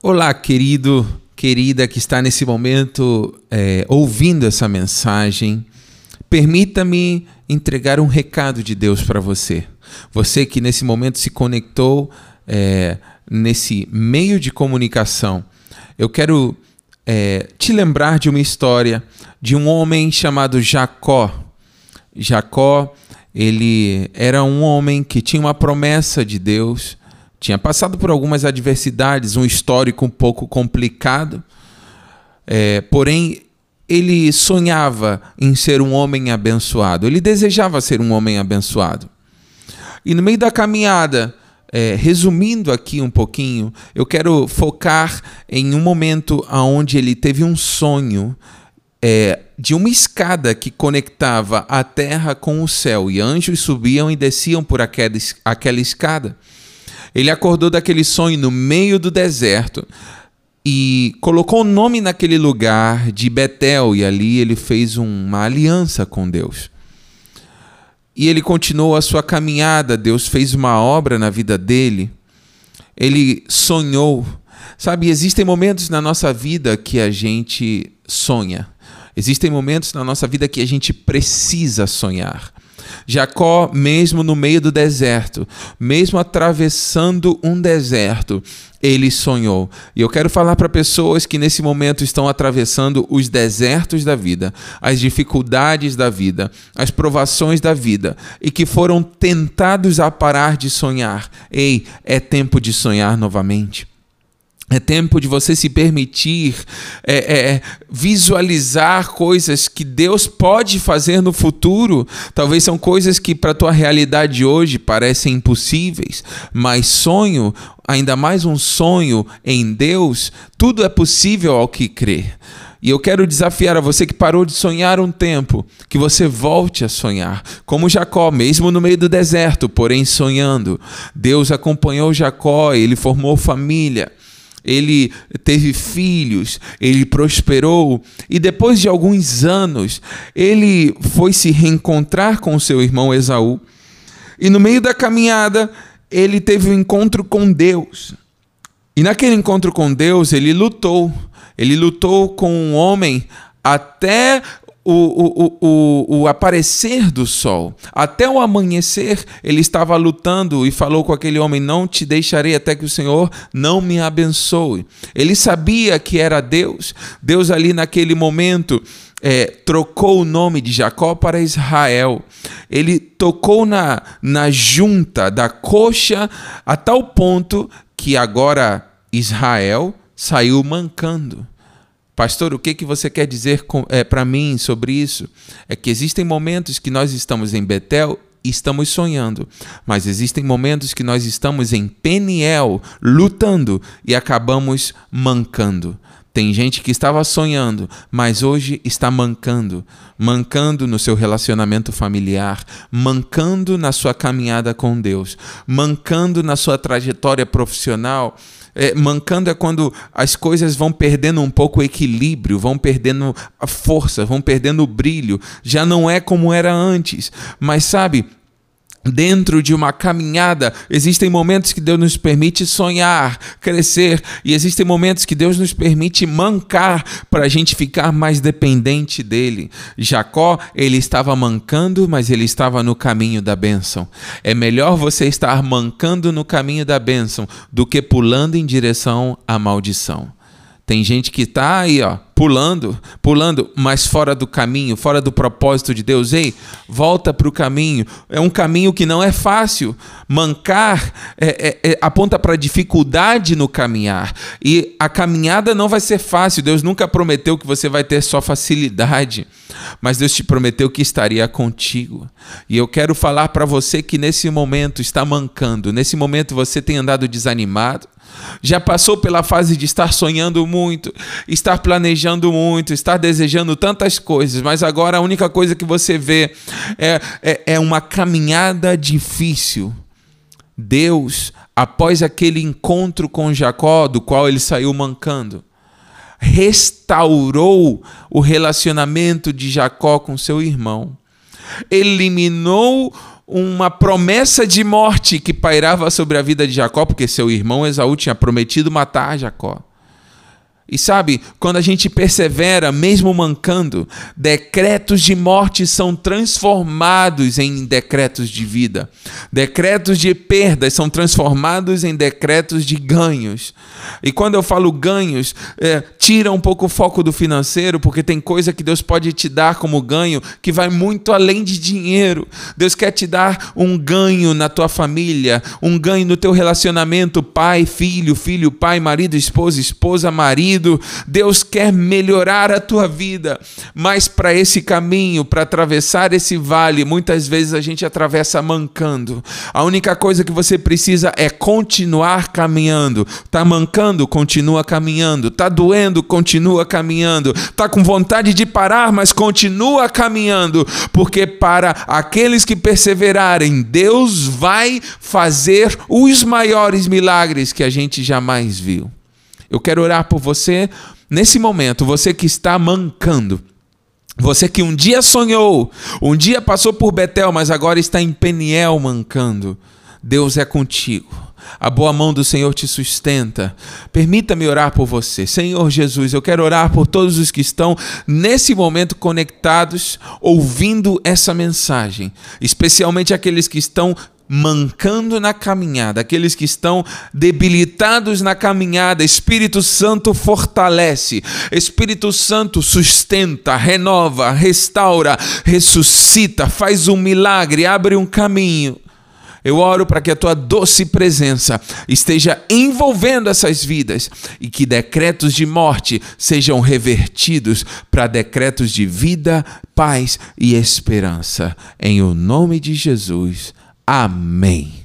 Olá, querido, querida que está nesse momento ouvindo essa mensagem. Permita-me entregar um recado de Deus para você. Você que nesse momento se conectou nesse meio de comunicação. Eu quero te lembrar de uma história de um homem chamado Jacó. Jacó, ele era um homem que tinha uma promessa de Deus. Tinha passado por algumas adversidades, um histórico um pouco complicado, porém ele sonhava em ser um homem abençoado, ele desejava ser um homem abençoado. E no meio da caminhada, resumindo aqui um pouquinho, eu quero focar em um momento onde ele teve um sonho de uma escada que conectava a terra com o céu, e anjos subiam e desciam por aquela escada. Ele acordou daquele sonho no meio do deserto e colocou o nome naquele lugar de Betel, e ali ele fez uma aliança com Deus. E ele continuou a sua caminhada, Deus fez uma obra na vida dele, ele sonhou. Sabe, existem momentos na nossa vida que a gente sonha, existem momentos na nossa vida que a gente precisa sonhar. Jacó, mesmo no meio do deserto, mesmo atravessando um deserto, ele sonhou. E eu quero falar para pessoas que nesse momento estão atravessando os desertos da vida, as dificuldades da vida, as provações da vida, e que foram tentados a parar de sonhar. Ei, é tempo de sonhar novamente. É tempo de você se permitir visualizar coisas que Deus pode fazer no futuro. Talvez são coisas que para a tua realidade hoje parecem impossíveis, mas sonho, ainda mais um sonho em Deus, tudo é possível ao que crê. E eu quero desafiar a você que parou de sonhar um tempo, que você volte a sonhar. Como Jacó, mesmo no meio do deserto, porém sonhando. Deus acompanhou Jacó, ele formou família. Ele teve filhos, ele prosperou, e depois de alguns anos, ele foi se reencontrar com seu irmão Esaú, e no meio da caminhada, ele teve um encontro com Deus, e naquele encontro com Deus, ele lutou com um homem até o aparecer do sol, até o amanhecer. Ele estava lutando e falou com aquele homem: não te deixarei até que o Senhor não me abençoe. Ele sabia que era Deus. Deus ali naquele momento trocou o nome de Jacó para Israel. Ele tocou na junta da coxa a tal ponto que agora Israel saiu mancando. Pastor, o que você quer dizer para mim sobre isso? É que existem momentos que nós estamos em Betel e estamos sonhando, mas existem momentos que nós estamos em Peniel lutando e acabamos mancando. Tem gente que estava sonhando, mas hoje está mancando no seu relacionamento familiar, mancando na sua caminhada com Deus, mancando na sua trajetória profissional. Mancando é quando as coisas vão perdendo um pouco o equilíbrio, vão perdendo a força, vão perdendo o brilho, já não é como era antes. Mas sabe, dentro de uma caminhada, existem momentos que Deus nos permite sonhar, crescer, e existem momentos que Deus nos permite mancar para a gente ficar mais dependente dele. Jacó, ele estava mancando, mas ele estava no caminho da bênção. É melhor você estar mancando no caminho da bênção do que pulando em direção à maldição. Tem gente que está aí, pulando, mas fora do caminho, fora do propósito de Deus. Ei, volta para o caminho. É um caminho que não é fácil. Mancar aponta para dificuldade no caminhar. E a caminhada não vai ser fácil. Deus nunca prometeu que você vai ter só facilidade, mas Deus te prometeu que estaria contigo. E eu quero falar para você que nesse momento está mancando, nesse momento você tem andado desanimado, já passou pela fase de estar sonhando muito, estar planejando muito, estar desejando tantas coisas, mas agora a única coisa que você vê é uma caminhada difícil. Deus, após aquele encontro com Jacó, do qual ele saiu mancando, restaurou o relacionamento de Jacó com seu irmão, eliminou uma promessa de morte que pairava sobre a vida de Jacó, porque seu irmão Esaú tinha prometido matar Jacó. E sabe, quando a gente persevera, mesmo mancando, decretos de morte são transformados em decretos de vida. Decretos de perdas são transformados em decretos de ganhos. E quando eu falo ganhos, tira um pouco o foco do financeiro, porque tem coisa que Deus pode te dar como ganho que vai muito além de dinheiro. Deus quer te dar um ganho na tua família, um ganho no teu relacionamento, pai, filho, filho, pai, marido, esposa, esposa, marido. Deus quer melhorar a tua vida, mas para esse caminho, para atravessar esse vale, muitas vezes a gente atravessa mancando. A única coisa que você precisa é continuar caminhando. Tá mancando? Continua caminhando. Tá doendo? Continua caminhando. Tá com vontade de parar, mas continua caminhando, porque para aqueles que perseverarem, Deus vai fazer os maiores milagres que a gente jamais viu. Eu quero orar por você nesse momento, você que está mancando. Você que um dia sonhou, um dia passou por Betel, mas agora está em Peniel mancando. Deus é contigo. A boa mão do Senhor te sustenta. Permita-me orar por você. Senhor Jesus, eu quero orar por todos os que estão nesse momento conectados, ouvindo essa mensagem. Especialmente aqueles que estão mancando na caminhada, aqueles que estão debilitados na caminhada. Espírito Santo fortalece, Espírito Santo sustenta, renova, restaura, ressuscita, faz um milagre, abre um caminho. Eu oro para que a tua doce presença esteja envolvendo essas vidas e que decretos de morte sejam revertidos para decretos de vida, paz e esperança. Em o nome de Jesus. Amém.